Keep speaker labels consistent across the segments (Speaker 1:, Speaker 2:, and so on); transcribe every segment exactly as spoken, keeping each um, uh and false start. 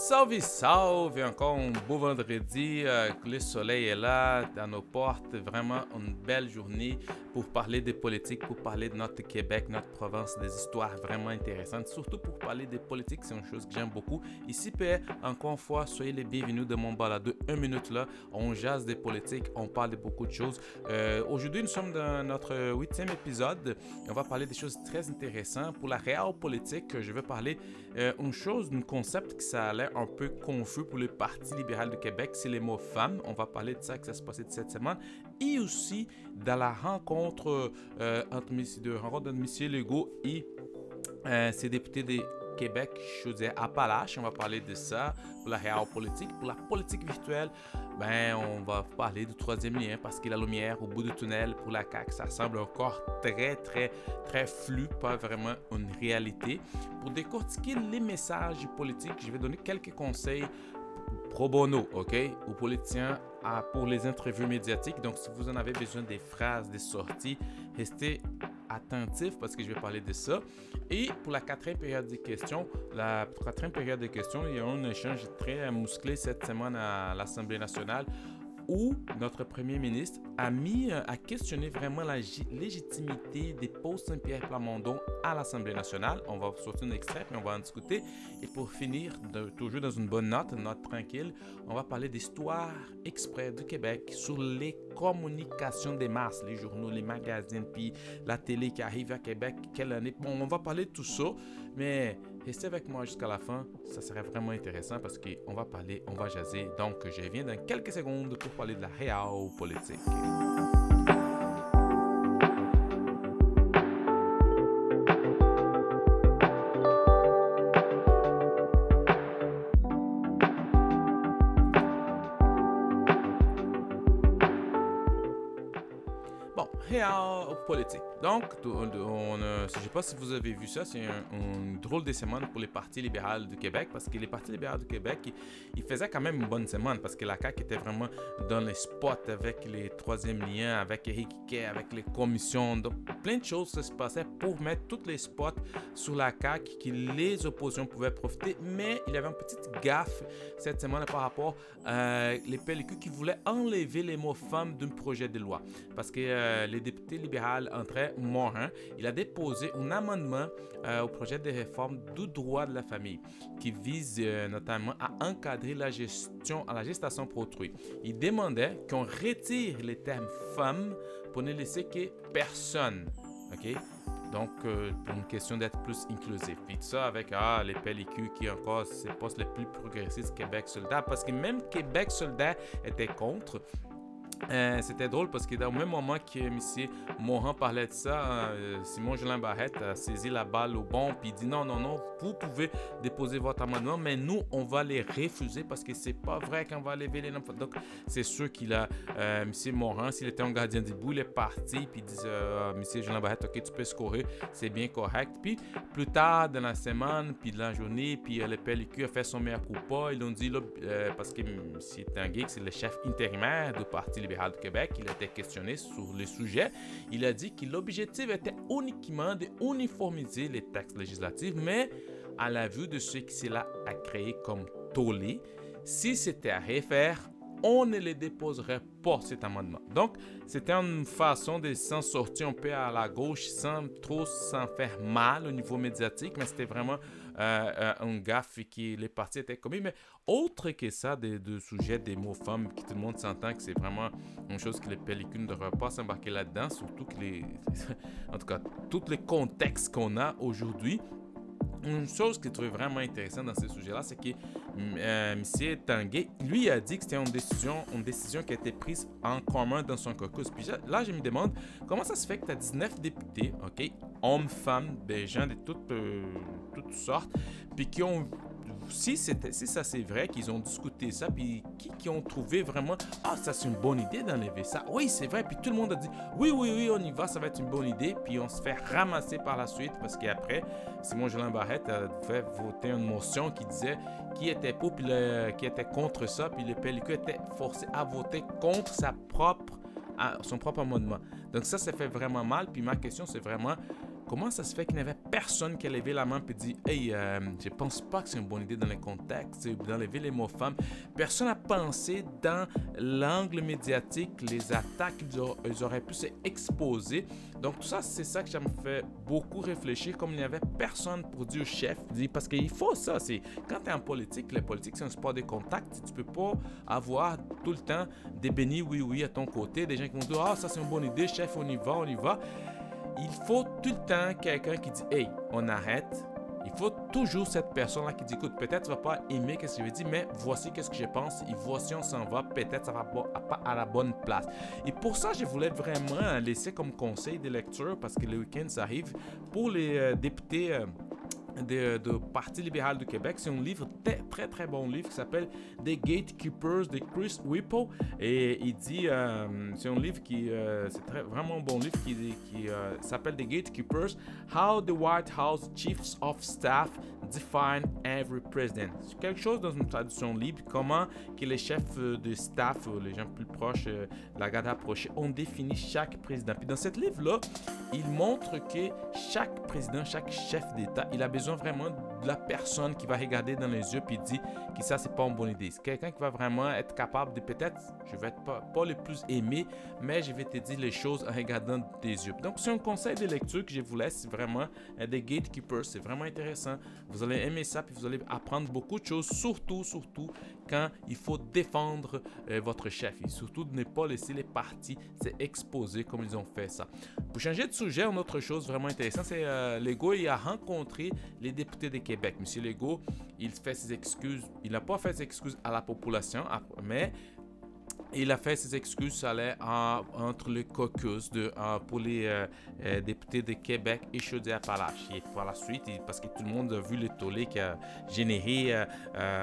Speaker 1: Salve, salve! Encore un beau vendredi, euh, le soleil est là, à nos portes, vraiment une belle journée pour parler de politique, pour parler de notre Québec, notre province, des histoires vraiment intéressantes, surtout pour parler de politique, c'est une chose que j'aime beaucoup. Ici, P R, encore une fois, soyez les bienvenus de mon balado une minute là, on jase des politiques, on parle de beaucoup de choses. Euh, aujourd'hui, nous sommes dans notre huitième épisode, et on va parler des choses très intéressantes. Pour la réelle politique, je vais parler euh, une chose, un concept qui ça a l'air un peu confus pour le Parti libéral du Québec, c'est les mots femmes. On va parler de ça, que ça se passait cette semaine. Et aussi dans la rencontre euh, entre de rencontre entre M. Legault et euh, ses députés de Québec, Chaudière-Appalaches. On va parler de ça pour la réelle politique. Pour la politique virtuelle, ben, on va parler du troisième lien parce que la lumière au bout du tunnel pour la C A Q, ça semble encore très, très, très flou, pas vraiment une réalité. Pour décortiquer les messages politiques, je vais donner quelques conseils pro bono, ok, aux politiciens à, pour les interviews médiatiques. Donc, si vous en avez besoin des phrases, des sorties, restez attentifs parce que je vais parler de ça. Et pour la quatrième période de questions, la quatrième période de questions, il y a un échange très musclé cette semaine à l'Assemblée nationale où notre premier ministre a mis à questionner vraiment la légitimité des postes Saint-Pierre Plamondon à l'Assemblée nationale. On va sortir un extrait et on va en discuter. Et pour finir, de, toujours dans une bonne note, une note tranquille, on va parler d'Histoire Express du Québec sur les communications des masses, les journaux, les magazines, puis la télé qui arrive à Québec, quelle année. Bon, on va parler de tout ça, mais restez avec moi jusqu'à la fin, ça serait vraiment intéressant parce qu'on va parler, on va jaser. Donc, je viens dans quelques secondes pour parler de la réelle politique. Bon, réel politique. Donc, on, on, je ne sais pas si vous avez vu ça, c'est un, une drôle de semaine pour les partis libéraux du Québec parce que les partis libéraux du Québec, ils, ils faisaient quand même une bonne semaine parce que la C A Q était vraiment dans les spots avec les troisième liens, avec Éric Quay, avec les commissions. Donc, plein de choses se passaient pour mettre tous les spots sur la C A Q que les oppositions pouvaient profiter. Mais il y avait une petite gaffe cette semaine par rapport à les P L Q qui voulaient enlever les mots femmes d'un projet de loi. Parce que euh, les députés libéraux André Morin, il a déposé un amendement euh, au projet de réforme du droit de la famille qui vise euh, notamment à encadrer la gestion à la gestation pour autrui. Il demandait qu'on retire les termes femmes pour ne laisser que personne. OK? Donc, euh, pour une question d'être plus inclusif. Puis tout ça avec ah, les P L Q qui encore, c'est le poste le plus progressiste Québec solidaire parce que même Québec solidaire était contre. Euh, c'était drôle parce que dans le même moment que M. Morin parlait de ça, euh, Simon Jolin Barrette a saisi la balle au bon puis il dit non, non, non, vous pouvez déposer votre amendement, mais nous, on va les refuser parce que c'est pas vrai qu'on va lever les noms. Donc, c'est sûr qu'il a, euh, M. Morin, s'il était un gardien du bout, il est parti puis il dit euh, M. Jolin Barrette, ok, tu peux scorer, c'est bien correct. Puis, plus tard dans la semaine, puis de la journée, puis euh, le P L Q a fait son meilleur coup pas. Ils ont dit, là, euh, parce que M. Tanguay, c'est le chef intérimaire du Parti libéral du Québec, il a été questionné sur le sujet. Il a dit que l'objectif était uniquement d'uniformiser les textes législatifs, mais à la vue de ce que cela a créé comme tollé, si c'était à refaire, on ne les déposerait pas cet amendement. Donc, c'était une façon de s'en sortir un peu à la gauche sans trop s'en faire mal au niveau médiatique, mais c'était vraiment euh, euh, un gaffe qui les partis étaient commis. Mais autre que ça, de, de sujet des mots femmes, qui tout le monde s'entend que c'est vraiment une chose que les pellicules ne devraient pas s'embarquer là-dedans, surtout que les, en tout cas, tous les contextes qu'on a aujourd'hui. Une chose que je trouvais vraiment intéressante dans ce sujet-là, c'est que euh, M. Tanguay, lui, a dit que c'était une décision, une décision qui a été prise en commun dans son caucus. Puis là, je me demande, comment ça se fait que tu as dix-neuf députés, ok, hommes, femmes, des gens de toutes, euh, toutes sortes, puis qui ont... Si, si ça c'est vrai qu'ils ont discuté ça, puis qui, qui ont trouvé vraiment « Ah, ça c'est une bonne idée d'enlever ça. » Oui, c'est vrai. Puis tout le monde a dit « Oui, oui, oui, on y va, ça va être une bonne idée. » Puis on se fait ramasser par la suite parce qu'après, Simon Jolin Barrette a fait voter une motion qui disait qui était pour, puis le, qui était contre ça, puis le P L Q était forcé à voter contre sa propre, son propre amendement. Donc ça, ça fait vraiment mal. Puis ma question, c'est vraiment comment ça se fait qu'il n'y avait personne qui a levé la main et dit « Hey, euh, je pense pas que c'est une bonne idée dans les contextes, d'enlever les mots femmes. » Personne n'a pensé dans l'angle médiatique, les attaques qu'ils auraient pu s'exposer. Donc tout ça, c'est ça que ça me fait beaucoup réfléchir, comme il n'y avait personne pour dire au chef, parce qu'il faut ça. C'est quand tu es en politique, la politique c'est un sport de contact, tu peux pas avoir tout le temps des bénis oui oui à ton côté, des gens qui vont dire ah ça c'est une bonne idée, chef, on y va, on y va. Il faut tout le temps quelqu'un qui dit hey, on arrête. Il faut toujours cette personne-là qui dit écoute, peut-être tu vas pas aimer ce que je vais dire, mais voici qu'est-ce que je pense et voici on s'en va, peut-être ça va pas à la bonne place. Et pour ça, je voulais vraiment laisser comme conseil de lecture, parce que le week-end ça arrive, pour les euh, députés euh, de, de Parti libéral du Québec. C'est un livre très très très bon livre qui s'appelle The Gatekeepers de Chris Whipple, et il dit euh, c'est un livre qui euh, c'est très, vraiment un bon livre qui, qui euh, s'appelle The Gatekeepers, How the White House Chiefs of Staff Define Every President. C'est quelque chose dans une traduction libre, comment que les chefs de staff, les gens plus proches de la garde rapprochée, ont défini chaque président. Puis dans ce livre-là, il montre que chaque président, chaque chef d'État, il a besoin vraiment de la personne qui va regarder dans les yeux puis dire que ça, c'est pas une bonne idée. C'est quelqu'un qui va vraiment être capable de peut-être, je vais être pas, pas le plus aimé, mais je vais te dire les choses en regardant tes yeux. Donc, c'est un conseil de lecture que je vous laisse. C'est vraiment euh, des gatekeepers. C'est vraiment intéressant. Vous allez aimer ça puis vous allez apprendre beaucoup de choses, surtout, surtout quand il faut défendre euh, votre chef et surtout de ne pas laisser les partis s'exposer comme ils ont fait ça. Pour changer de sujet, une autre chose vraiment intéressante, c'est euh, Legault, il a rencontré les députés de Québec. Monsieur Legault, il fait ses excuses. Il n'a pas fait ses excuses à la population, mais il a fait ses excuses, ça allait en, entre le caucus de, en, pour les euh, euh, députés de Québec et Chaudière-Appalaches. Et par la suite, il, parce que tout le monde a vu le tollé qui a généré euh,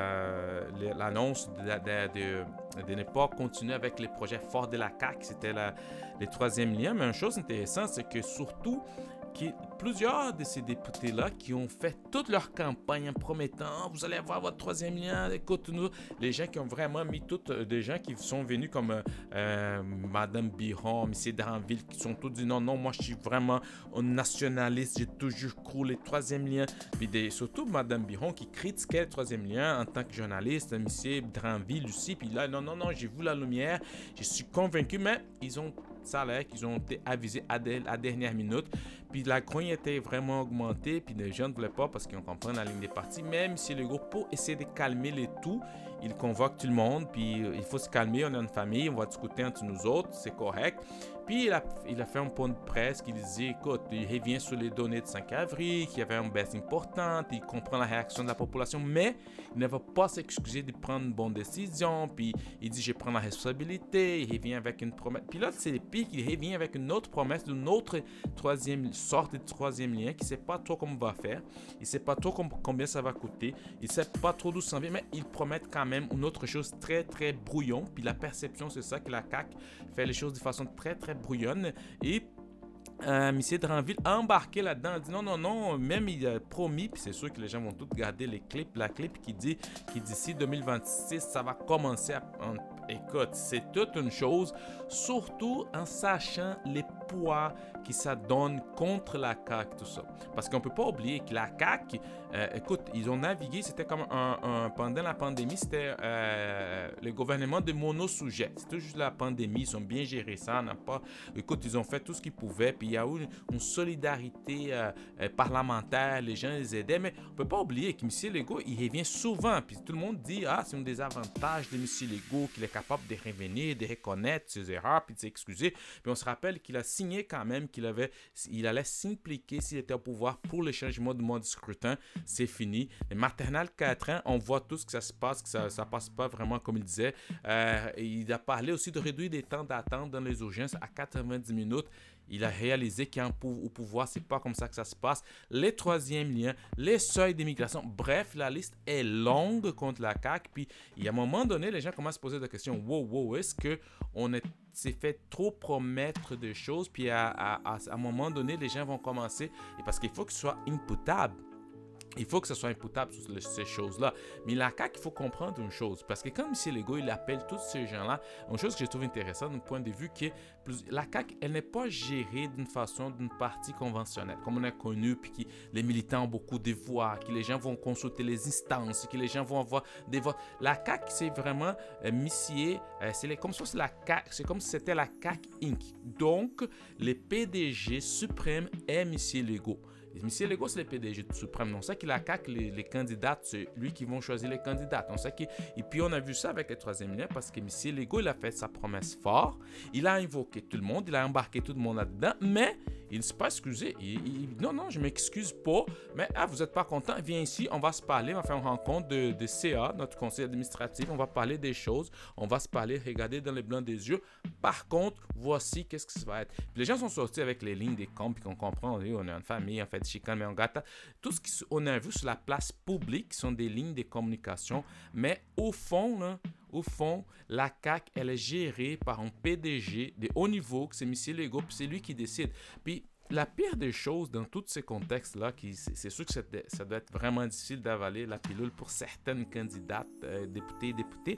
Speaker 1: euh, l'annonce de, de, de, de ne pas continuer avec les projets forts de la C A Q, c'était la, le troisième lien. Mais une chose intéressante, c'est que surtout, qui, plusieurs de ces députés-là qui ont fait toute leur campagne en promettant « Vous allez avoir votre troisième lien, écoute-nous ». Les gens qui ont vraiment mis toutes, des gens qui sont venus comme euh, Mme Biron, M. Dranville, qui sont tous dit « Non, non, moi je suis vraiment un nationaliste, j'ai toujours cru les troisième liens ». Puis des, surtout Mme Biron qui critiquait le troisième lien en tant que journaliste, M. Dranville aussi. Puis là, non, non, non, j'ai vu la lumière, je suis convaincu, mais ils ont ça là qu'ils ont été avisés à, de, à dernière minute. Puis la grogne était vraiment augmentée, puis les gens ne voulaient pas parce qu'ils comprennent la ligne des partis. Même si le groupe, pour essayer de calmer les tout, il convoque tout le monde, puis il faut se calmer, on est une famille, on va discuter entre nous autres, c'est correct. Puis il a, il a fait un point de presse qui disait, écoute, il revient sur les données de cinq avril, qu'il y avait une baisse importante, il comprend la réaction de la population, mais il ne va pas s'excuser de prendre une bonne décision, puis il dit, je prends la responsabilité, il revient avec une promesse. Puis là, c'est le pire, il revient avec une autre promesse d'une autre troisième sorte de troisième lien, qui ne sait pas trop comment on va faire, il ne sait pas trop com- combien ça va coûter, il ne sait pas trop d'où ça vient, mais il promet quand même une autre chose très, très brouillon, puis la perception, c'est ça que la C A Q fait les choses de façon très, très brouillonne, et Euh, M. Dranville a embarqué là-dedans, a dit non, non, non, même il a promis, puis c'est sûr que les gens vont tous garder les clips, la clip qui dit qui d'ici deux mille vingt-six, ça va commencer à... Écoute, c'est toute une chose, surtout en sachant les poids que ça donne contre la C A Q, tout ça. Parce qu'on ne peut pas oublier que la C A Q, euh, écoute, ils ont navigué, c'était comme un, un pendant la pandémie, c'était euh, le gouvernement de monosujet. C'était juste la pandémie, ils ont bien géré ça, n'a pas... Écoute, ils ont fait tout ce qu'ils pouvaient, puis il y a eu une, une solidarité euh, euh, parlementaire, les gens les aidaient, mais on ne peut pas oublier que M. Legault, il revient souvent, puis tout le monde dit, ah, c'est un des avantages de M. Legault, qu'il est capable de revenir, de reconnaître ses erreurs, puis de s'excuser. Puis on se rappelle qu'il a signé quand même qu'il avait, il allait s'impliquer s'il était au pouvoir pour le changement du mode de scrutin. C'est fini. Les maternelles quatre ans, on voit tout ce que ça se passe, que ça ne passe pas vraiment comme il disait. Euh, il a parlé aussi de réduire les temps d'attente dans les urgences à quatre-vingt-dix minutes. Il a réalisé qu'au pouvoir, c'est pas comme ça que ça se passe. Les troisièmes liens, les seuils d'immigration. Bref, la liste est longue contre la C A Q. Puis, il y a un moment donné, les gens commencent à se poser la question, wow, wow, est-ce qu'on s'est fait trop promettre de choses? Puis, à, à, à, à un moment donné, les gens vont commencer, et parce qu'il faut que ce soit imputable. Il faut que ce soit imputable sur le- ces choses-là. Mais la C A Q, il faut comprendre une chose. Parce que quand M. Legault, il appelle tous ces gens-là, une chose que je trouve intéressante d'un point de vue que plus, la C A Q, elle n'est pas gérée d'une façon d'une partie conventionnelle, comme on a connu, puis que les militants ont beaucoup de voix, que les gens vont consulter les instances, que les gens vont avoir des votes. La C A Q, c'est vraiment euh, missier, euh, c'est les- comme si c'était la C A Q, c'est comme si c'était la C A Q Incorporated. Donc, le P D G suprême est M. Legault. M. Legault, c'est le P D G suprême. On sait qu'il a C A Q, les, les candidats, c'est lui qui vont choisir les candidats. On sait qu'il, et puis, on a vu ça avec le troisième lien parce que M. Legault, il a fait sa promesse fort. Il a invoqué tout le monde, il a embarqué tout le monde là-dedans, mais il ne s'est pas excusé. Il, il, non, non, je ne m'excuse pas, mais ah, vous n'êtes pas content, viens ici, on va se parler, on va faire une rencontre de, de C A, notre conseil administratif, on va parler des choses, on va se parler, regarder dans les blancs des yeux. Par contre, voici qu'est-ce que ça va être. Puis les gens sont sortis avec les lignes des comptes, puis qu'on comprend, on est une famille, en fait, chicane, mais on gâte. Tout ce qu'on a vu sur la place publique sont des lignes de communication, mais au fond, là, au fond, la C A Q, elle est gérée par un P D G de haut niveau, que c'est M. Legault, puis c'est lui qui décide. Puis la pire des choses dans tous ces contextes-là, qui, c'est, c'est sûr que ça, ça doit être vraiment difficile d'avaler la pilule pour certaines candidates, euh, députés et députées,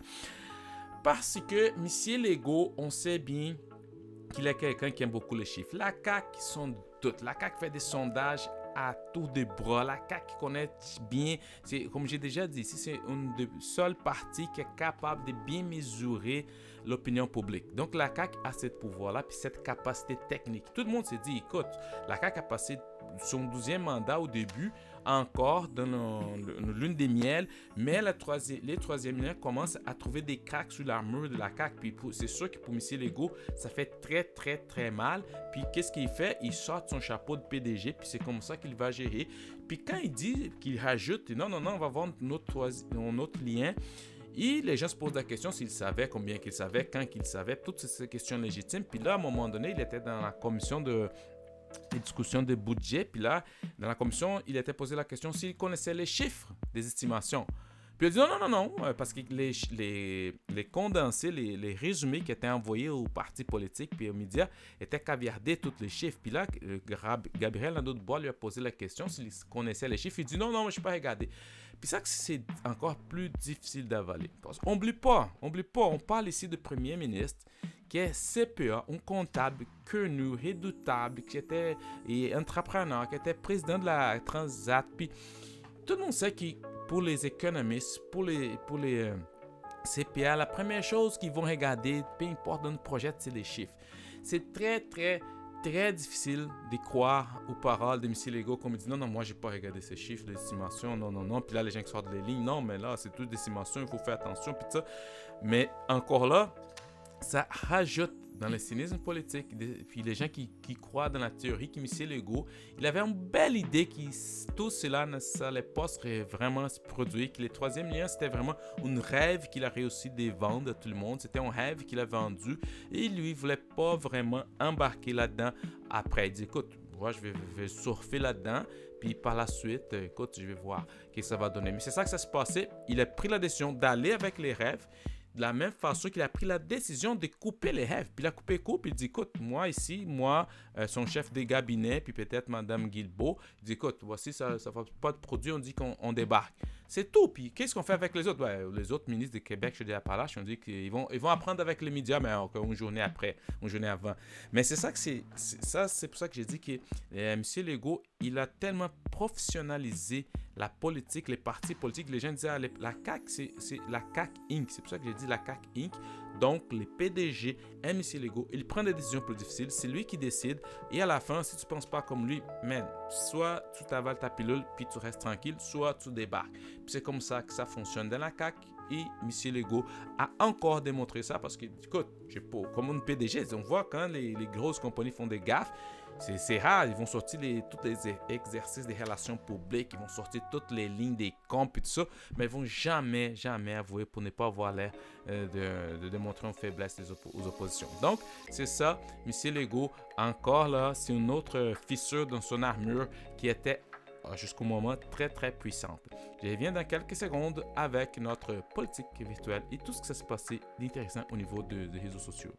Speaker 1: parce que M. Legault, on sait bien qu'il est quelqu'un qui aime beaucoup les chiffres. La C A Q, ils sont toutes. La C A Q fait des sondages à tour de bras. La C A Q connaît bien, c'est, comme j'ai déjà dit ici, c'est une des seules parties qui est capable de bien mesurer l'opinion publique. Donc la C A Q a ce pouvoir-là, puis cette capacité technique. Tout le monde s'est dit, écoute, la C A Q a passé son douzième mandat au début, encore dans le, le, l'une des miels, mais la troisième, les troisième liens commencent à trouver des craques sur l'armure de la C A Q. Puis pour, c'est sûr que pour M. Legault, ça fait très, très, très mal. Puis qu'est-ce qu'il fait? Il sort son chapeau de P D G, puis c'est comme ça qu'il va gérer. Puis quand il dit qu'il rajoute, non, non, non, on va vendre notre, notre lien, et les gens se posent la question s'il savait, combien qu'il savait, quand qu'il savait, toutes ces questions légitimes. Puis là, à un moment donné, il était dans la commission de les discussions de budget. Puis là, dans la commission, il était posé la question s'il connaissait les chiffres des estimations. Puis il a dit non, non, non, non, parce que les, les, les condensés, les, les résumés qui étaient envoyés aux partis politiques puis aux médias étaient caviardés, tous les chiffres. Puis là, Gabriel Nadeau-Dubois lui a posé la question s'il connaissait les chiffres. Il dit non, non, je ne suis pas regardé. Puis ça, c'est encore plus difficile d'avaler. On n'oublie pas, on n'oublie pas, on parle ici de premier ministre qui est C P A, un comptable connu, redoutable, qui était et entrepreneur, qui était président de la Transat. Puis tout le monde sait que pour les économistes, pour les, pour les euh, C P A, la première chose qu'ils vont regarder, peu importe dans le projet, c'est les chiffres. C'est très, très, très difficile de croire aux paroles de M. Legault comme il dit non, non, moi, je n'ai pas regardé ces chiffres d'estimation, non, non, non. Puis là, les gens qui sortent des lignes, non, mais là, c'est tout d'estimation, il faut faire attention, puis ça. Mais encore là, ça rajoute dans le cynisme politique, puis les gens qui, qui croient dans la théorie qui M. Legault, il avait une belle idée que tout cela ne s'allait pas vraiment se produire, que les troisième liens, c'était vraiment un rêve qu'il a réussi de vendre à tout le monde, c'était un rêve qu'il a vendu, et lui, il ne voulait pas vraiment embarquer là-dedans. Après, il dit, écoute, moi, je vais, je vais surfer là-dedans, puis par la suite, écoute, je vais voir ce que ça va donner. Mais c'est ça que ça se passait, il a pris la décision d'aller avec les rêves, de la même façon qu'il a pris la décision de couper les rêves. Puis il a coupé coupe, il dit, écoute, moi ici, moi, euh, son chef de cabinet, puis peut-être Mme Guilbeault, il dit, écoute, voici, ça ne va pas de produit, on dit qu'on on débarque. C'est tout. Puis qu'est-ce qu'on fait avec les autres? Ouais, les autres ministres de Québec, chez Appalaches, on dit qu'ils vont, ils vont apprendre avec les médias, mais encore une journée après, une journée avant. Mais c'est ça que c'est, c'est ça, c'est pour ça que j'ai dit que euh, M. Legault, il a tellement professionnalisé la politique, les partis politiques. Les gens disaient, ah, les, la C A Q, c'est, c'est la C A Q Incorporated. C'est pour ça que j'ai dit la C A Q Incorporated. Donc, les P D G aiment M. Legault. Il prend des décisions plus difficiles. C'est lui qui décide. Et à la fin, si tu ne penses pas comme lui, man, soit tu t'avales ta pilule, puis tu restes tranquille, soit tu débarques. Puis c'est comme ça que ça fonctionne dans la C A Q. Et M. Legault a encore démontré ça parce que, écoute, j'ai pas, comme un P D G, on voit quand les, les grosses compagnies font des gaffes, c'est, c'est rare, ils vont sortir les, tous les exercices des relations publiques, ils vont sortir toutes les lignes des comptes et tout ça, mais ils vont jamais, jamais avouer pour ne pas avoir l'air euh, de, de démontrer une faiblesse des oppo- aux oppositions. Donc, c'est ça, M. Legault, encore là, c'est une autre fissure dans son armure qui était jusqu'au moment très très puissante. Je reviens dans quelques secondes avec notre politique virtuelle et tout ce qui s'est passé d'intéressant au niveau de, des réseaux sociaux.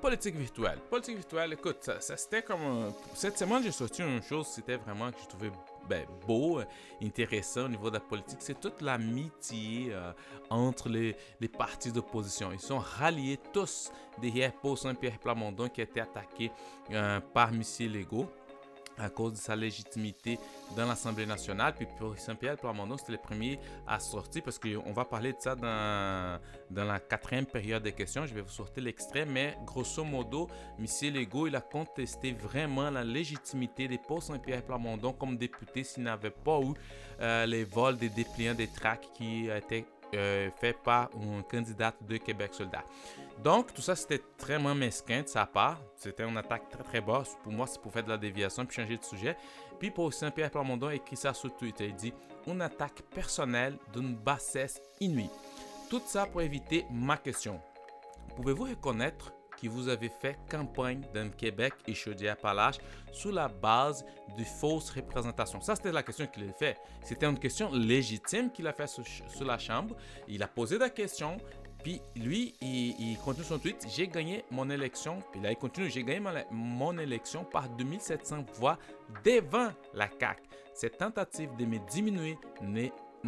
Speaker 1: politique virtuelle. Politique virtuelle, écoute, ça, ça c'était comme... un- Cette semaine, j'ai sorti une chose, c'était vraiment que je trouvais ben, beau, euh, intéressant au niveau de la politique. C'est toute l'amitié euh, entre les, les partis d'opposition. Ils sont ralliés tous derrière Paul Saint-Pierre Plamondon qui a été attaqué euh, par M. Legault à cause de sa légitimité dans l'Assemblée nationale. Puis pour Saint-Pierre Plamondon, c'était le premier à sortir parce qu'on va parler de ça dans, dans la quatrième période des questions. Je vais vous sortir l'extrait, mais grosso modo, M. Legault, il a contesté vraiment la légitimité de Paul Saint-Pierre Plamondon comme député s'il n'avait pas eu euh, les vols des dépliants des tracts qui étaient euh, faits par une candidate de Québec solidaire. Donc, tout ça, c'était très mesquin de sa part. C'était une attaque très, très basse. Pour moi, c'est pour faire de la déviation puis changer de sujet. Puis, pour Saint-Pierre Plamondon, a écrit ça sur Twitter. Il dit « Une attaque personnelle d'une bassesse inouïe. » Tout ça pour éviter ma question. Pouvez-vous reconnaître que vous avez fait campagne dans le Québec et Chaudière-Appalaches sous la base de fausses représentations? Ça, c'était la question qu'il a fait. C'était une question légitime qu'il a fait sur, sur la Chambre. Il a posé la question. Puis lui, il, il continue son tweet. J'ai gagné mon élection. Puis là, il continue. J'ai gagné mon, mon élection par deux mille sept cents voix devant la C A Q. Cette tentative de me diminuer ne,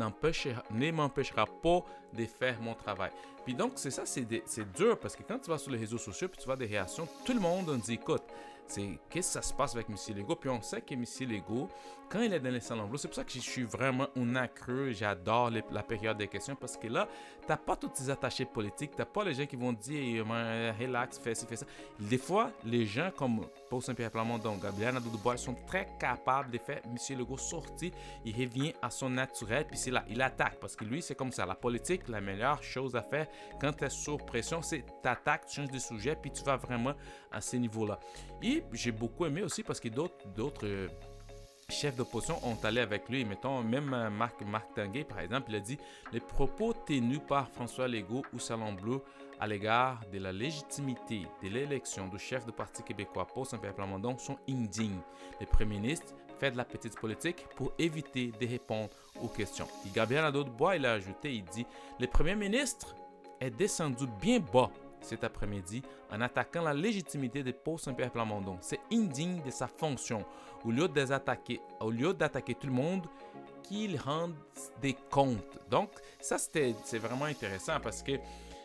Speaker 1: ne m'empêchera pas de faire mon travail. Puis donc, c'est ça, c'est dur parce que quand tu vas sur les réseaux sociaux puis tu vois des réactions, tout le monde on dit écoute, c'est qu'est-ce que ça se passe avec M. Legault? Puis on sait que M. Legault, quand il est dans les salons bleus, c'est pour ça que je suis vraiment un accreux, j'adore la période des questions parce que là, tu n'as pas tous ces attachés politiques, tu n'as pas les gens qui vont dire relax, fais ci, fais ça. Des fois, les gens comme Paul Saint-Pierre Plamondon, Gabriel Nadeau-Dubois, sont très capables de faire M. Legault sortir, il revient à son naturel, puis c'est là, il attaque parce que lui, c'est comme ça. La politique, la meilleure chose à faire quand tu es sous pression, c'est t'attaques, tu changes de sujet, puis tu vas vraiment à ces niveaux-là. Et j'ai beaucoup aimé aussi parce que d'autres d'autres euh, chefs d'opposition ont allé avec lui. Mettons, même euh, Marc, Marc Tanguay, par exemple, il a dit « Les propos tenus par François Legault ou Salon Bleu à l'égard de la légitimité de l'élection du chef du Parti québécois, Paul Saint-Pierre Plamondon, sont indignes. Le premier ministre fait de la petite politique pour éviter de répondre aux questions. » Et Gabriel Nadeau-Dubois, il a ajouté, il dit « Le premier ministre est descendu bien bas cet après-midi en attaquant la légitimité de Paul Saint-Pierre Plamondon. C'est indigne de sa fonction. Au lieu d'attaquer, au lieu d'attaquer tout le monde, qu'il rende des comptes. » Donc, ça, c'est vraiment intéressant parce que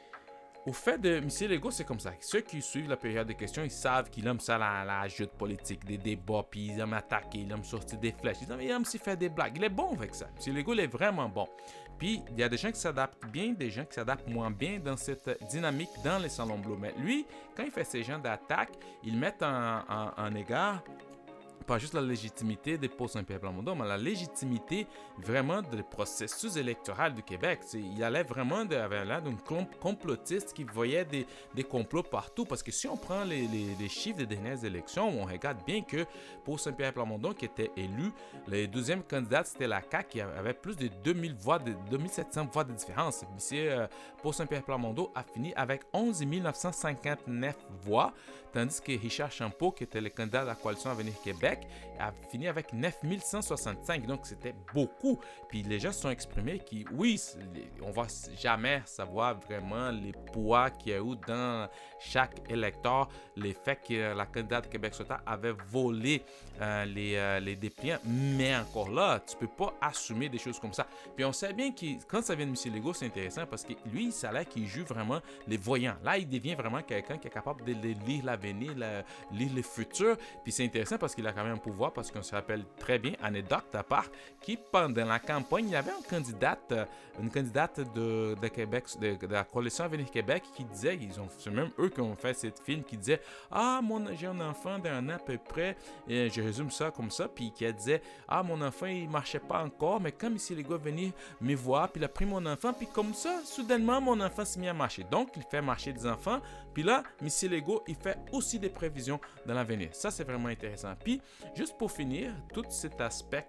Speaker 1: au fait de M. Legault, c'est comme ça. Ceux qui suivent la période de questions, ils savent qu'il aime ça, la, la joute politique, des débats, puis il aime attaquer, il aime sortir des flèches, il aime, il aime aussi faire des blagues. Il est bon avec ça. M. Legault, il est vraiment bon. Puis, il y a des gens qui s'adaptent bien, des gens qui s'adaptent moins bien dans cette dynamique dans les salons bleus. Mais lui, quand il fait ces gens d'attaque, il met en, en, en égard pas juste la légitimité de Paul Saint-Pierre Plamondon, mais la légitimité vraiment du processus électoral du Québec. Il allait vraiment de, avait l'air d'un complotiste qui voyait des, des complots partout. Parce que si on prend les, les, les chiffres des dernières élections, on regarde bien que Paul Saint-Pierre Plamondon, qui était élu, le deuxième candidat, c'était la C A Q, qui avait plus de deux mille voix, de deux mille sept cents voix de différence. Monsieur euh, Paul Saint-Pierre Plamondon a fini avec onze mille neuf cent cinquante-neuf voix, tandis que Richard Champeau, qui était le candidat de la coalition Avenir Québec, a fini avec neuf mille cent soixante-cinq. Donc, c'était beaucoup. Puis, les gens se sont exprimés qui, oui, on va jamais savoir vraiment les poids qu'il y a eu dans chaque électeur, les faits que la candidate de Québec solidaire avait volé euh, les, euh, les dépliants. Mais encore là, tu peux pas assumer des choses comme ça. Puis, on sait bien que quand ça vient de M. Legault, c'est intéressant parce que lui, ça a l'air qu'il joue vraiment les voyants. Là, il devient vraiment quelqu'un qui est capable de lire l'avenir, lire le futur. Puis, c'est intéressant parce qu'il a quand même un pouvoir, parce qu'on se rappelle très bien, anecdote à part, qui pendant la campagne, il y avait une candidate, une candidate de, de Québec, de, de la coalition Avenir Québec, qui disait, ils ont, c'est même eux qui ont fait cette film, qui disait, ah, mon, j'ai un enfant d'un an à peu près, et je résume ça comme ça, puis qui disait, ah, mon enfant, il marchait pas encore, mais comme ici les gars venaient me voir, puis il a pris mon enfant, puis comme ça, soudainement, mon enfant s'est mis à marcher. Donc, il fait marcher des enfants, puis là, M. Legault, il fait aussi des prévisions dans l'avenir. Ça, c'est vraiment intéressant. Puis, juste pour finir, tout cet aspect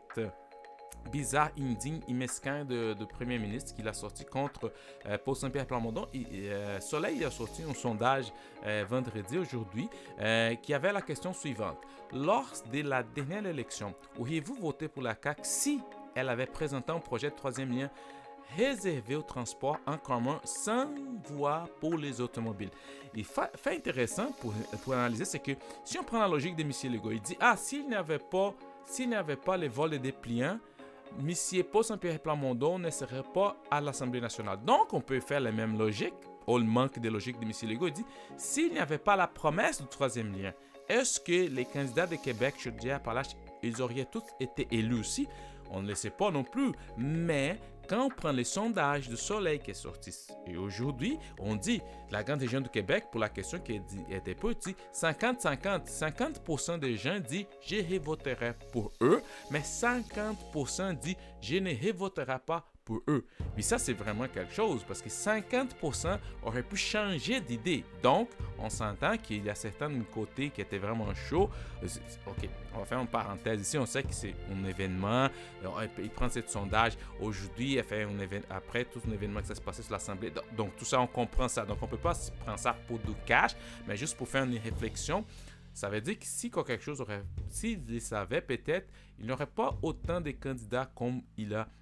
Speaker 1: bizarre, indigne et mesquin de, de Premier ministre qu'il a sorti contre euh, Paul Saint-Pierre Plamondon. Et, euh, Soleil a sorti un sondage euh, vendredi, aujourd'hui, euh, qui avait la question suivante. Lors de la dernière élection, auriez-vous voté pour la C A Q si elle avait présenté un projet de troisième lien réservé au transport en commun sans voie pour les automobiles. Et fa- fait intéressant pour, pour analyser, c'est que si on prend la logique de M. Legault, il dit, ah, s'il n'y avait pas, s'il n'y avait pas les vols de dépliants, M. Paul Saint-Pierre Plamondon ne serait pas à l'Assemblée nationale. Donc, on peut faire la même logique, ou le manque de logique de M. Legault. Il dit, s'il n'y avait pas la promesse du troisième lien, est-ce que les candidats de Québec, Chaudière-Appalaches, ils auraient tous été élus aussi? On ne le sait pas non plus, mais quand on prend les sondages du Soleil qui est sorti, et aujourd'hui, on dit, la grande région du Québec, pour la question qui était peu, dit cinquante cinquante. cinquante pour cent des gens disent « je voterai pour eux », mais cinquante pour cent disent « je ne voterai pas pour eux ». Mais ça, c'est vraiment quelque chose, parce que cinquante pour cent auraient pu changer d'idée. Donc, on s'entend qu'il y a certains côtés qui étaient vraiment chauds. OK, on va faire une parenthèse ici. On sait que c'est un événement. Il prend ce sondage aujourd'hui, il fait un événement, après tout un événement qui s'est passé sur l'Assemblée. Donc, tout ça, on comprend ça. Donc, on ne peut pas prendre ça pour du cash, mais juste pour faire une réflexion. Ça veut dire que si quelque chose aurait... S'il le savait, peut-être, il n'aurait pas autant de candidats comme il a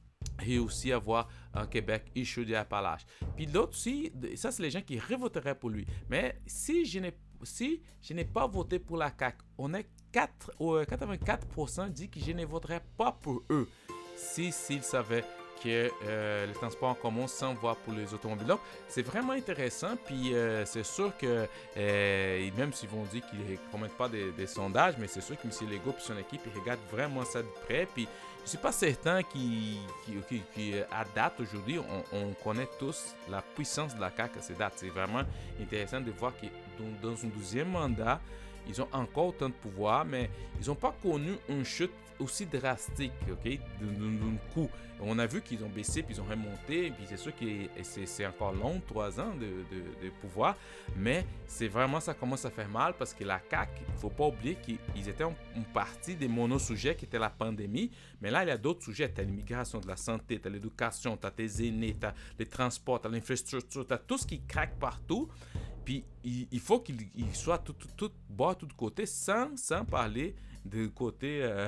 Speaker 1: réussi à voir en Québec et Chaudière-Appalaches. Puis l'autre aussi, ça c'est les gens qui revoteraient pour lui. Mais si je n'ai si je n'ai pas voté pour la C A Q, on est quatre, quatre-vingt-quatre pour cent dit que je ne voterais pas pour eux si s'ils savaient que euh, les transports en commun sans voie pour les automobiles. Donc, c'est vraiment intéressant. Puis, euh, c'est sûr que, euh, même s'ils vont dire qu'ils ne commettent pas des, des sondages, mais c'est sûr que M. Legault et son équipe, ils regardent vraiment ça de près. Puis, je ne suis pas certain qu'à qu qu date, aujourd'hui, on, on connaît tous la puissance de la C A Q à ces dates. C'est vraiment intéressant de voir que dans, dans un douzième mandat, ils ont encore autant de pouvoir, mais ils n'ont pas connu une chute aussi drastique, ok, d'un coup. On a vu qu'ils ont baissé, puis ils ont remonté, puis c'est sûr que c'est encore long, trois ans de, de, de pouvoir, mais c'est vraiment, ça commence à faire mal parce que la C A Q, il ne faut pas oublier qu'ils étaient une partie des monosujets qui étaient la pandémie, mais là, il y a d'autres sujets. Tu as l'immigration, tu as la santé, tu as l'éducation, tu as tes aînés, tu as les transports, tu as l'infrastructure, tu as tout ce qui craque partout. Puis il, il faut qu'il soit tout, tout, tout bas, tout côté, sans, sans parler du côté euh,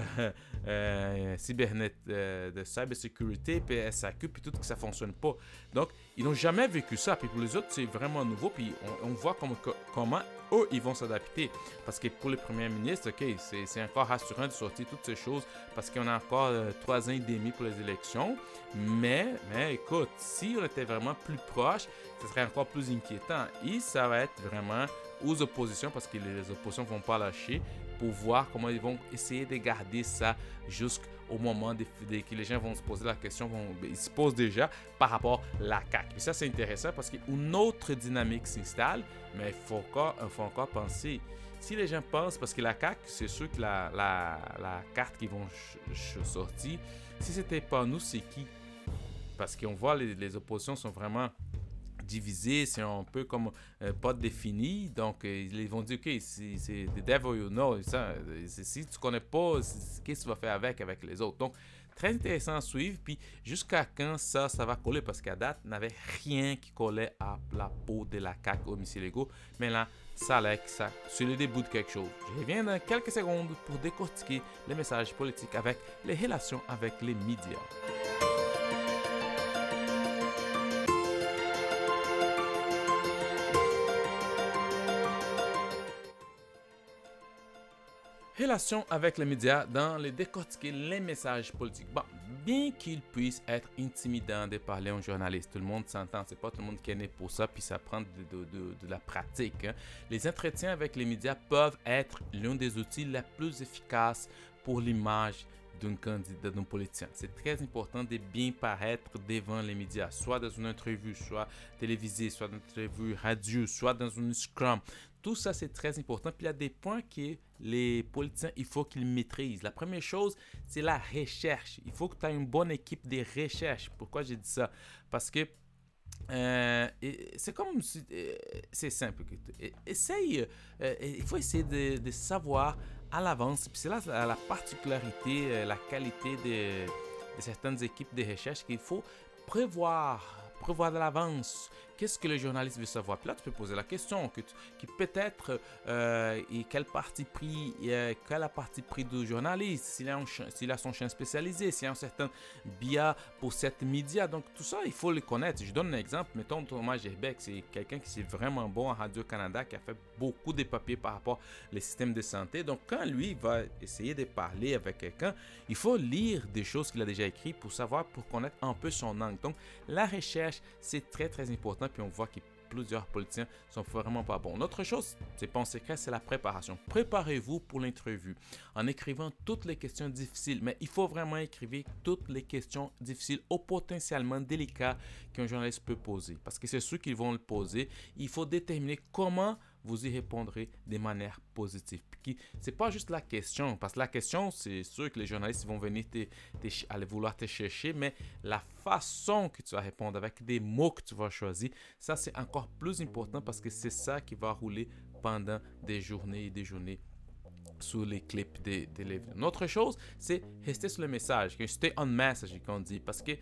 Speaker 1: euh, cybernet, euh, de cybersécurité, P S A Q, puis tout que ça ne fonctionne pas. Donc, ils n'ont jamais vécu ça. Puis pour les autres, c'est vraiment nouveau. Puis on, on voit comme, comment eux, ils vont s'adapter. Parce que pour le premier ministre, OK, c'est encore rassurant de sortir toutes ces choses parce qu'on a encore euh, trois ans et demi pour les élections. Mais, mais écoute, si on était vraiment plus proche, ce serait encore plus inquiétant. Et ça va être vraiment aux oppositions, parce que les oppositions ne vont pas lâcher, pour voir comment ils vont essayer de garder ça jusqu'au moment de, de, que les gens vont se poser la question, vont, ils se posent déjà par rapport à la C A Q. Et ça, c'est intéressant parce qu'une autre dynamique s'installe, mais il faut encore, faut encore penser. Si les gens pensent, parce que la C A Q, c'est sûr que la, la, la carte qu'ils vont sortir, si ce n'était pas nous, c'est qui? Parce qu'on voit les, les oppositions sont vraiment divisées, c'est un peu comme euh, pas défini. Donc, euh, ils vont dire, OK, c'est the devil you know. Ça, si tu ne connais pas, qu'est-ce que tu vas faire avec, avec les autres? Donc, très intéressant à suivre. Puis, jusqu'à quand ça, ça va coller? Parce qu'à date, il n'y avait rien qui collait à la peau de la C A Q au M. Legault. Mais là, ça a ça, c'est le début de quelque chose. Je reviens dans quelques secondes pour décortiquer les messages politiques avec les relations avec les médias. Relations avec les médias dans les décortiquer les messages politiques. Bon, bien qu'il puisse être intimidant de parler à un journaliste, tout le monde s'entend, c'est pas tout le monde qui est né pour ça, puis ça prend de, de, de, de la pratique. Hein. Les entretiens avec les médias peuvent être l'un des outils les plus efficaces pour l'image d'un candidat, d'un politicien. C'est très important de bien paraître devant les médias, soit dans une entrevue, soit télévisée, soit dans une entrevue radio, soit dans une scrum. Tout ça, c'est très important. Puis il y a des points que les politiciens, il faut qu'ils maîtrisent. La première chose, c'est la recherche. Il faut que tu aies une bonne équipe de recherche. Pourquoi j'ai dit ça? Parce que euh, c'est comme... Euh, c'est simple. Essaye, euh, il faut essayer de, de savoir à l'avance. Puis c'est là la, la particularité, euh, la qualité de, de certaines équipes de recherche qu'il faut prévoir. Prévoir de l'avance qu'est-ce que le journaliste veut savoir? Puis là, tu peux poser la question, que tu, qui peut-être, euh, et quel parti pris, euh, quel a parti pris du journaliste, s'il a, un, s'il a son champ spécialisé, s'il y a un certain biais pour cette média. Donc, tout ça, il faut le connaître. Je donne un exemple. Mettons, Thomas Gerbeck, c'est quelqu'un qui est vraiment bon à Radio-Canada, qui a fait beaucoup de papiers par rapport au système de santé. Donc, quand lui va essayer de parler avec quelqu'un, il faut lire des choses qu'il a déjà écrites pour savoir, pour connaître un peu son angle. Donc, la recherche, c'est très, très important. Puis, on voit que plusieurs politiciens sont vraiment pas bons. L'autre chose, c'est pas un secret, c'est la préparation. Préparez-vous pour l'interview en écrivant toutes les questions difficiles. Mais il faut vraiment écrire toutes les questions difficiles ou potentiellement délicates qu'un journaliste peut poser. Parce que c'est ceux qui vont le poser. Il faut déterminer comment vous y répondrez de manière positive. C'est pas juste la question, parce que la question, c'est sûr que les journalistes vont venir te, te, aller vouloir te chercher, mais la façon que tu vas répondre, avec des mots que tu vas choisir, ça c'est encore plus important parce que c'est ça qui va rouler pendant des journées et des journées sur les clips de télévision. Une autre chose, c'est rester sur le message, stay on message, qu'on dit, parce que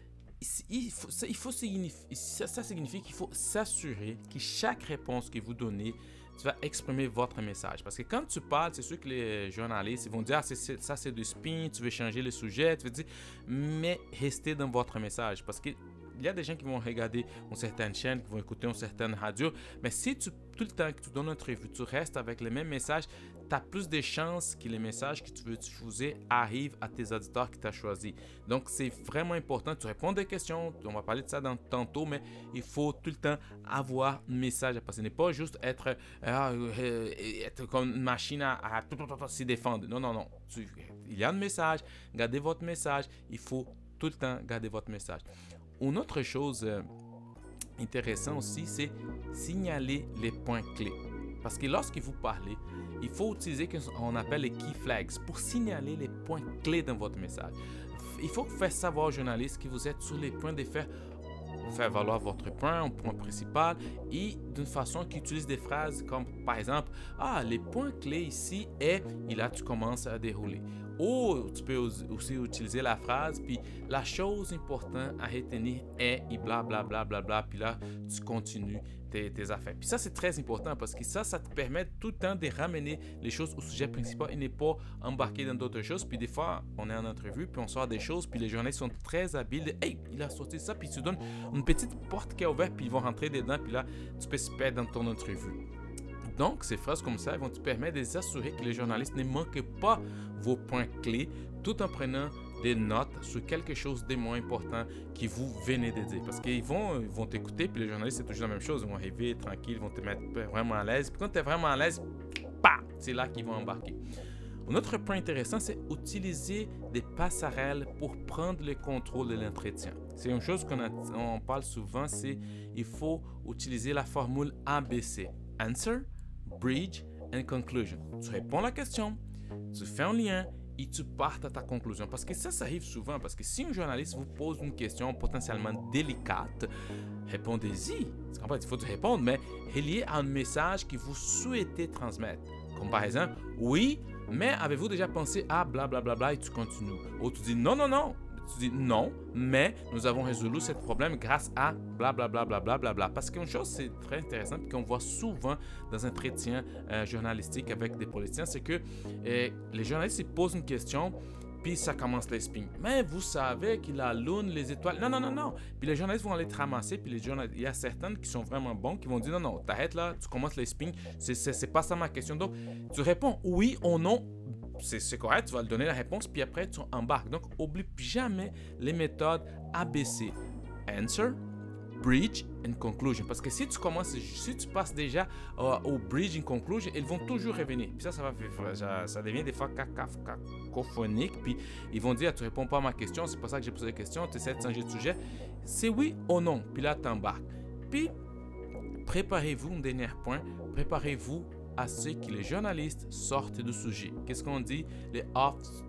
Speaker 1: il faut, ça, il faut signifier, ça, ça signifie qu'il faut s'assurer que chaque réponse que vous donnez, tu vas exprimer votre message. Parce que quand tu parles, c'est sûr que les journalistes ils vont dire ah, c'est, c'est, ça c'est du spin, tu veux changer le sujet, tu veux dire, mais restez dans votre message. Parce que il y a des gens qui vont regarder une certaine chaîne, qui vont écouter une certaine radio, mais si tu, tout le temps que tu donnes une interview, tu restes avec le même message, tu as plus de chances que les messages que tu veux diffuser arrivent à tes auditeurs qui t'ont choisi. Donc, c'est vraiment important. Tu réponds des questions, on va parler de ça dans, tantôt, mais il faut tout le temps avoir un message à passer. Ce n'est pas juste être, euh, être comme une machine à, à, à, à se défendre. Non, non, non. Tu, il y a un message, gardez votre message. Il faut tout le temps garder votre message. Une autre chose euh, intéressante aussi, c'est signaler les points clés. Parce que lorsque vous parlez, il faut utiliser ce qu'on appelle les key flags pour signaler les points clés dans votre message. Il faut faire savoir aux journalistes que vous êtes sur les points de faire, faire valoir votre point, un point principal, et d'une façon qui utilise des phrases comme par exemple « Ah, les points clés ici est… » et là tu commences à dérouler. Ou tu peux aussi utiliser la phrase, puis la chose importante à retenir est et blablabla, bla, bla, bla, puis là tu continues tes, tes affaires. Puis ça c'est très important parce que ça, ça te permet tout le temps de ramener les choses au sujet principal et ne pas embarquer dans d'autres choses. Puis des fois, on est en entrevue, puis on sort des choses, puis les journalistes sont très habiles. De, hey, il a sorti ça, puis tu donnes une petite porte qui est ouverte, puis ils vont rentrer dedans, puis là tu peux se perdre dans ton entrevue. Donc, ces phrases comme ça vont te permettre de s'assurer que les journalistes ne manquent pas vos points clés tout en prenant des notes sur quelque chose de moins important que vous venez de dire. Parce qu'ils vont, ils vont t'écouter, puis les journalistes, c'est toujours la même chose. Ils vont arriver tranquille, ils vont te mettre vraiment à l'aise. Puis quand tu es vraiment à l'aise, bam, c'est là qu'ils vont embarquer. Un autre point intéressant, c'est utiliser des passerelles pour prendre le contrôle de l'entretien. C'est une chose qu'on a, on parle souvent, c'est il faut utiliser la formule A B C. Answer, Bridge and Conclusion. Tu réponds à la question, tu fais un lien et tu partes à ta conclusion. Parce que ça, ça arrive souvent. Parce que si un journaliste vous pose une question potentiellement délicate, répondez-y. Il faut te répondre, mais relié à un message que vous souhaitez transmettre. Comme par exemple, oui, mais avez-vous déjà pensé à blablabla bla, bla, bla, et tu continues. Ou tu dis non, non, non. Tu dis non, mais nous avons résolu ce problème grâce à blablabla. Bla, bla, bla, bla. Parce qu'une chose, c'est très intéressant et qu'on voit souvent dans un entretien euh, journalistique avec des politiciens, c'est que euh, les journalistes ils posent une question, puis ça commence les spins. Mais vous savez qu'il a la lune, les étoiles. Non, non, non, non. Puis les journalistes vont aller te ramasser, puis les journalistes, il y a certains qui sont vraiment bons qui vont dire non, non, t'arrêtes là, tu commences les spins, c'est, c'est, c'est pas ça ma question. Donc, tu réponds oui ou non. C'est correct, tu vas lui donner la réponse, puis après, tu embarques. Donc, oublie jamais les méthodes A B C. Answer, Bridge and Conclusion. Parce que si tu commences, si tu passes déjà euh, au Bridge and Conclusion, ils vont toujours revenir. Puis ça, ça, va, ça, ça devient des fois cacophonique. Puis ils vont dire, tu réponds pas à ma question, c'est pas ça que j'ai posé la question, tu essaies de changer de sujet. C'est oui ou non. Puis là, tu embarques. Puis, préparez-vous, un dernier point, préparez-vous à ce que les journalistes sortent du sujet. Qu'est-ce qu'on dit? Les off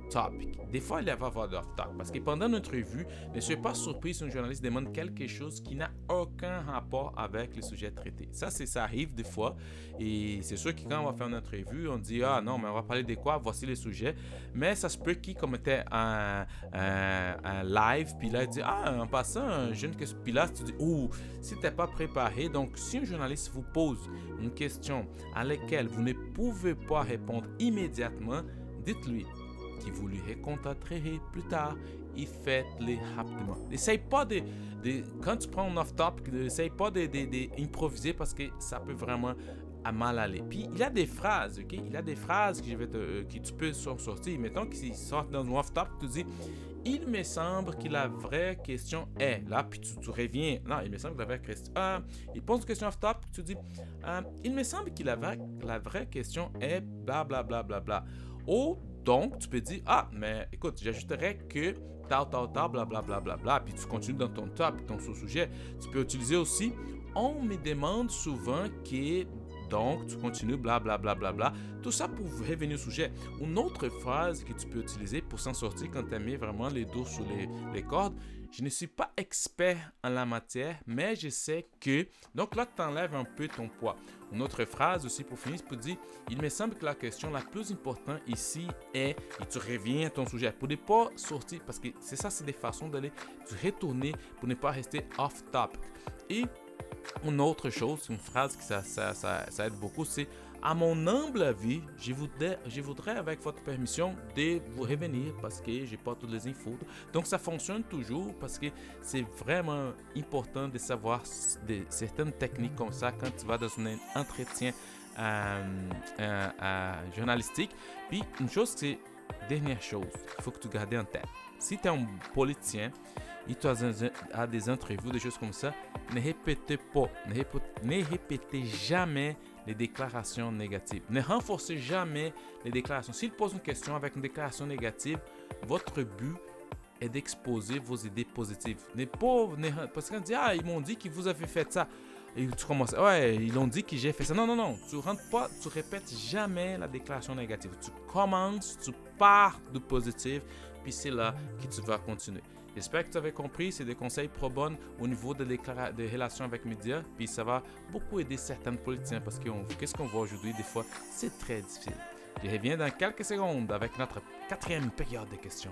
Speaker 1: topic. Des fois, il va y avoir de off-topic parce que pendant notre revue, ne soyez pas surpris si un journaliste demande quelque chose qui n'a aucun rapport avec le sujet traité. Ça, c'est, ça arrive des fois et c'est sûr que quand on va faire notre revue, on dit « Ah non, mais on va parler de quoi? Voici les sujets. » Mais ça se peut qu'il commettait un, un, un live, puis là, il dit « Ah, en passant, je ne question. » Puis là, tu dis « Oh, si tu n'es pas préparé. » Donc, si un journaliste vous pose une question à laquelle vous ne pouvez pas répondre immédiatement, dites-lui que vous lui recontacterez plus tard et faites-le rapidement. N'essaye pas de, de... Quand tu prends un off-topic, n'essaye pas d'improviser parce que ça peut vraiment à mal aller. Puis, il y a des phrases, OK? Il y a des phrases que, je vais te, euh, que tu peux sortir. Mettons qu'ils sortent dans un off-topic, tu dis « Il me semble que la vraie question est... » Là, puis tu, tu reviens. Non, il me semble que la vraie question... Euh, il pose une question off-topic, tu dis euh, « Il me semble que la vraie, la vraie question est... » bla bla bla bla bla. Ou donc, tu peux dire, ah, mais écoute, j'ajouterais que tal, tal, tal, bla, bla, bla, bla, bla, puis tu continues dans ton top, ton sous-sujet. Tu peux utiliser aussi, on me demande souvent que, donc, tu continues, bla, bla, bla, bla, bla. Tout ça pour revenir au sujet. Une autre phrase que tu peux utiliser pour s'en sortir quand tu mets vraiment les dos sur les, les cordes. Je ne suis pas expert en la matière, mais je sais que... Donc là, tu enlèves un peu ton poids. Une autre phrase aussi pour finir, tu peux dire « Il me semble que la question la plus importante ici est... » Et tu reviens à ton sujet pour ne pas sortir, parce que c'est ça, c'est des façons d'aller te retourner pour ne pas rester off-topic. Et une autre chose, une phrase qui ça, ça, ça, ça aide beaucoup, c'est « À mon humble avis, je voudrais, je voudrais avec votre permission de vous revenir parce que j'ai pas toutes les infos. » Donc ça fonctionne toujours parce que c'est vraiment important de savoir de, certaines techniques comme ça quand tu vas dans un entretien euh, euh, euh, journalistique. Puis une chose, c'est dernière chose, il faut que tu gardes en tête. Si tu es un politicien et tu as des interviews, des choses comme ça, ne répétez pas, ne répétez, ne répétez jamais les déclarations négatives. Ne renforcez jamais les déclarations. S'il pose une question avec une déclaration négative, votre but est d'exposer vos idées positives. Ne pas, ne, parce qu'on dit, ah, ils m'ont dit que vous avez fait ça. Et tu commences, ouais, ils ont dit que j'ai fait ça. Non, non, non, tu rentres pas, tu répètes jamais la déclaration négative. Tu commences, tu pars du positif, puis c'est là que tu vas continuer. J'espère que tu avais compris, c'est des conseils pro bono au niveau de déclara- des relations avec les médias, puis ça va beaucoup aider certains politiciens parce que qu'est-ce qu'on voit aujourd'hui, des fois, c'est très difficile. Je reviens dans quelques secondes avec notre quatrième période de questions.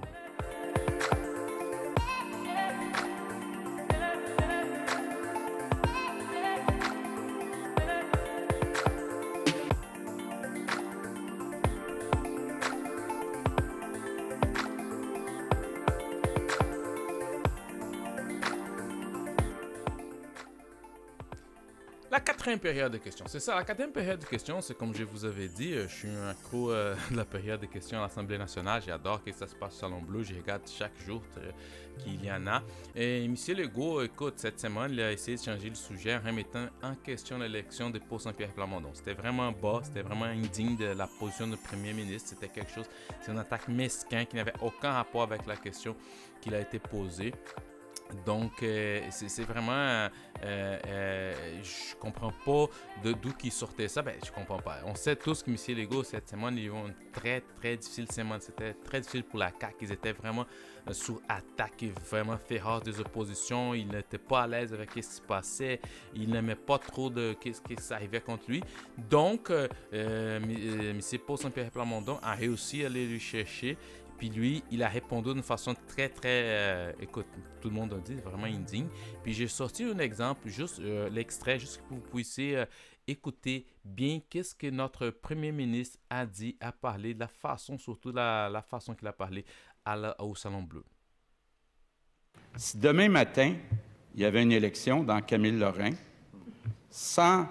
Speaker 1: La quatrième période de questions, c'est ça. La quatrième période de questions, c'est comme je vous avais dit, je suis un accro euh, de la période de questions à l'Assemblée nationale. J'adore que ça se passe au Salon Bleu. Je regarde chaque jour euh, qu'il y en a. Et M. Legault, écoute, cette semaine, il a essayé de changer le sujet en remettant en question l'élection de Paul Saint-Pierre Plamondon. C'était vraiment bas, c'était vraiment indigne de la position du premier ministre. C'était quelque chose, c'est une attaque mesquine qui n'avait aucun rapport avec la question qui a été posée. Donc, euh, c'est vraiment... Euh, euh, je comprends pas de d'où qui sortait ça. Ben, je comprends pas. On sait tous que M. Legault, cette semaine, ils ont une très, très difficile semaine. C'était très difficile pour la C A Q. Ils étaient vraiment euh, sous attaque, vraiment féroce des oppositions. Ils n'étaient pas à l'aise avec ce qui se passait. Ils n'aimaient pas trop de ce qui arrivait contre lui. Donc, euh, euh, M. Paul Saint-Pierre Plamondon a réussi à aller le chercher. Puis lui, il a répondu d'une façon très, très... Euh, écoute, tout le monde a dit, vraiment indigne. Puis j'ai sorti un exemple, juste euh, l'extrait, juste pour que vous puissiez euh, écouter bien qu'est-ce que notre premier ministre a dit, a parlé, de la façon, surtout la, la façon qu'il a parlé à la, au Salon Bleu.
Speaker 2: Si demain matin, il y avait une élection dans Camille-Lorrain, sans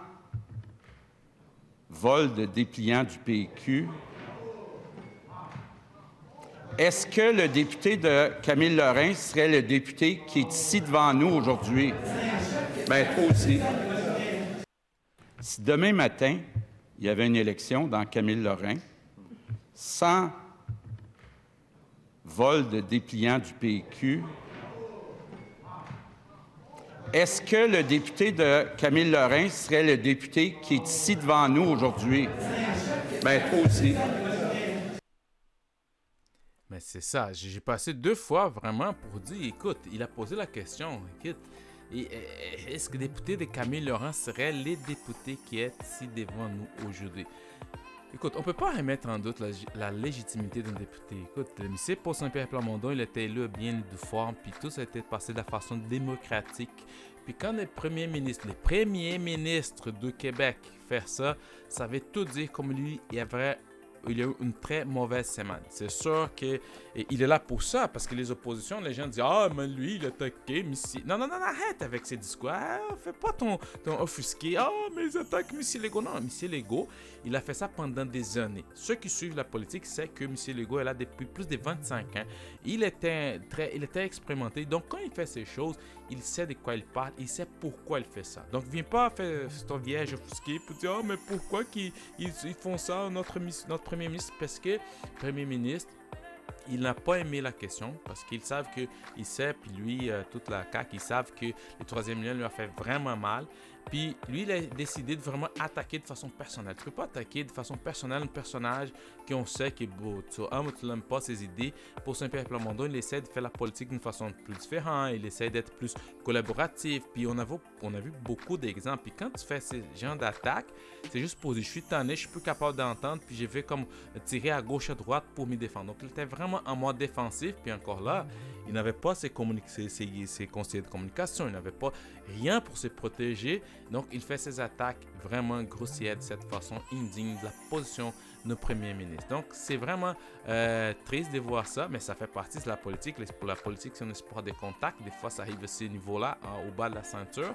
Speaker 2: vol de dépliant du P Q... Est-ce que le député de Camille-Lorrain serait le député qui est ici devant nous aujourd'hui? Bien, toi aussi. Si demain matin, il y avait une élection dans Camille-Lorrain, sans vol de dépliant du P Q, est-ce que le député de Camille-Lorrain serait le député qui est ici devant nous aujourd'hui? Bien, toi aussi.
Speaker 1: Mais c'est ça. J'ai passé deux fois vraiment pour dire, écoute, il a posé la question, écoute, est-ce que les députés de Camille Laurent seraient les députés qui sont ici devant nous aujourd'hui? Écoute, on ne peut pas remettre en doute la, la légitimité d'un député. Écoute, le monsieur Paul Saint-Pierre Plamondon, il était élu bien de forme, puis tout ça a été passé de la façon démocratique. Puis quand le premier ministre, le premier ministre du Québec fait ça, ça veut tout dire comme lui, il y avait il y a eu une très mauvaise semaine. C'est sûr qu'il est là pour ça, parce que les oppositions, les gens disent « Ah, mais lui, il a attaqué Missy. » Non, non, non, arrête avec ces discours. Ah, fais pas ton, ton offusqué. « Ah, oh, mais ils attaquent Missy Legault. » Non, Missy Legault, il a fait ça pendant des années. Ceux qui suivent la politique savent que Missy Legault est là depuis plus de vingt-cinq ans. Il était, très, il était expérimenté. Donc, quand il fait ces choses, il sait de quoi il parle, il sait pourquoi il fait ça. Donc, viens pas faire ton vierge offusqué pour dire « Ah, mais pourquoi qu'ils ils, ils font ça, notre, notre Premier ministre? » Parce que le Premier ministre, il n'a pas aimé la question parce qu'ils savent que, il sait, puis lui, euh, toute la C A Q, ils savent que le troisième lien lui a fait vraiment mal. Puis lui, il a décidé de vraiment attaquer de façon personnelle. Tu ne peux pas attaquer de façon personnelle un personnage qu'on sait que bon, tu aimes ou tu n'aimes pas ses idées. Pour Saint-Pierre Plamondon, il essaie de faire la politique d'une façon plus différente. Il essaie d'être plus collaboratif. Puis on a vu, on a vu beaucoup d'exemples. Puis quand tu fais ces genres d'attaques, c'est juste pour dire, je suis tanné, je suis plus capable d'entendre. Puis je vais comme tirer à gauche, à droite pour m'y défendre. Donc il était vraiment en mode défensif. Puis encore là, il n'avait pas ses, ses, ses, ses conseillers de communication. Il n'avait pas rien pour se protéger. Donc, il fait ses attaques vraiment grossières de cette façon indigne de la position de notre Premier ministre. Donc, c'est vraiment euh, triste de voir ça, mais ça fait partie de la politique. Pour la politique, c'est un sport de contact. Des fois, ça arrive à ce niveau-là, hein, au bas de la ceinture.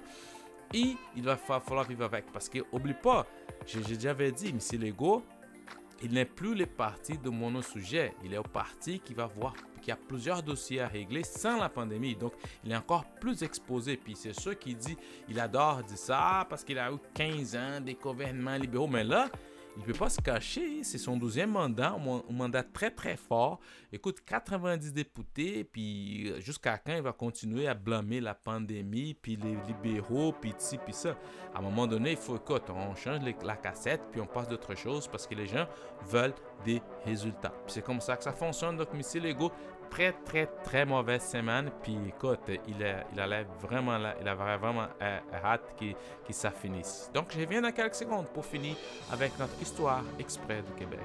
Speaker 1: Et il va falloir vivre avec. Parce qu'oublie pas, j'ai déjà dit, M. Legault, il n'est plus le parti de monosujet. Il est au parti qui va voir qu'il y a plusieurs dossiers à régler sans la pandémie. Donc, il est encore plus exposé. Puis c'est sûr qu'il dit, il adore dire ça parce qu'il a eu quinze ans des gouvernements libéraux. Mais là, il ne peut pas se cacher. C'est son douzième mandat, un mandat très, très fort. Écoute, quatre-vingt-dix députés, puis jusqu'à quand il va continuer à blâmer la pandémie, puis les libéraux, puis ci, puis ça. À un moment donné, il faut, écoute, on change les, la cassette, puis on passe d'autres choses parce que les gens veulent des résultats. Puis c'est comme ça que ça fonctionne. Donc, M. Legault, très, très, très mauvaise semaine. Puis écoute, il, a, il allait vraiment, il avait vraiment euh, hâte que, que ça finisse. Donc, je reviens dans quelques secondes pour finir avec notre histoire exprès du Québec.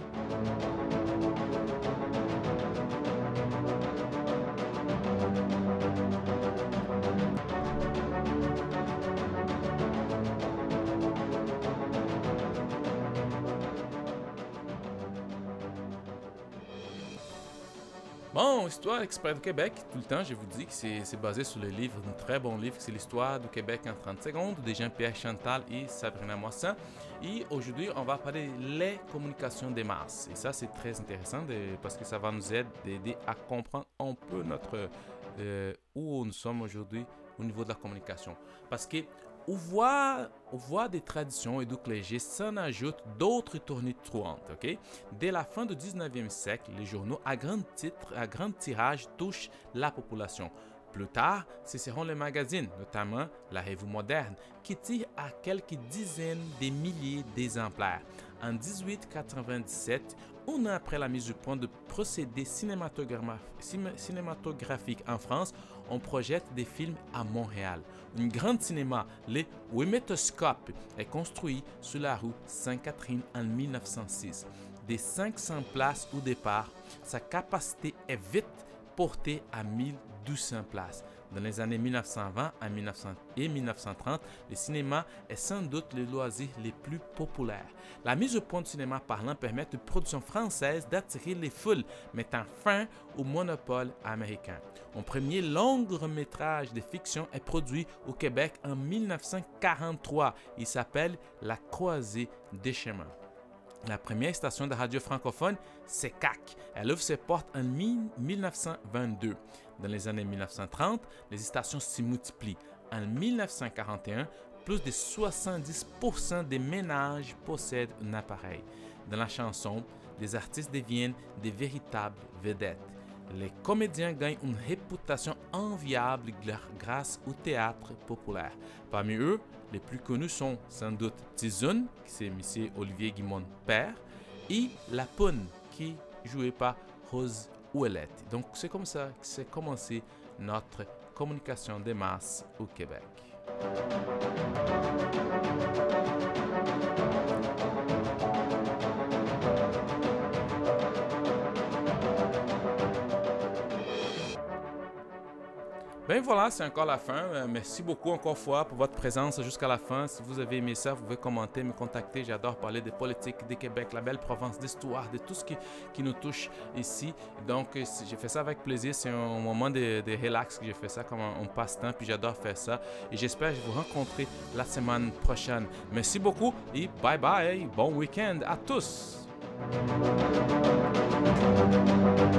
Speaker 1: Bon, Histoire exprès du Québec, tout le temps, je vous dis que c'est basé sur le livre, un très bon livre, c'est l'Histoire du Québec en trente secondes, de Jean-Pierre Chantal et Sabrina Moissan. Et aujourd'hui, on va parler des communications des masses. Et ça, c'est très intéressant de, parce que ça va nous aider à comprendre un peu notre, euh, où nous sommes aujourd'hui au niveau de la communication. Parce que on voit, on voit des traditions et du clergé s'en ajoutent d'autres tonitruantes. Okay? Dès la fin du dix-neuvième siècle, les journaux à grand titre, à grand tirage touchent la population. Plus tard, ce seront les magazines, notamment la Revue moderne, qui tirent à quelques dizaines de milliers d'exemplaires. En dix-huit quatre-vingt-dix-sept, un an après la mise au point de procédés cinématographiques en France, on projette des films à Montréal. Un grand cinéma, le Ouimetoscope, est construit sur la rue Sainte-Catherine en mille neuf cent six. Des cinq cents places au départ, sa capacité est vite portée à mille deux cents places. Dans les années mille neuf cent vingt à mille neuf cents et mille neuf cent trente, le cinéma est sans doute le loisir le plus populaire. La mise au point du cinéma parlant permet aux productions françaises d'attirer les foules, mettant fin au monopole américain. Un premier long métrage de fiction est produit au Québec en mille neuf cent quarante-trois. Il s'appelle La Croisée des chemins. La première station de radio francophone, c'est C A Q. Elle ouvre ses portes en mille neuf cent vingt-deux. Dans les années mille neuf cent trente, les stations se multiplient. En mille neuf cent quarante et un, plus de soixante-dix pour cent des ménages possèdent un appareil. Dans la chanson, les artistes deviennent des véritables vedettes. Les comédiens gagnent une réputation enviable grâce au théâtre populaire. Parmi eux, les plus connus sont sans doute Tizoun, qui c'est M. Olivier Guimond père, et La Poune, qui est joué par Rose où elle est. Donc, c'est comme ça que c'est commencé notre communication des masses au Québec. Ben voilà, c'est encore la fin. Euh, merci beaucoup encore une fois pour votre présence jusqu'à la fin. Si vous avez aimé ça, vous pouvez commenter, me contacter. J'adore parler des politiques, du Québec, la belle province, d'histoire, de tout ce qui, qui nous touche ici. Donc, euh, j'ai fait ça avec plaisir. C'est un moment de, de relax que j'ai fait ça comme un, un passe-temps. Puis j'adore faire ça. Et j'espère vous rencontrer la semaine prochaine. Merci beaucoup et bye bye. Bon week-end à tous.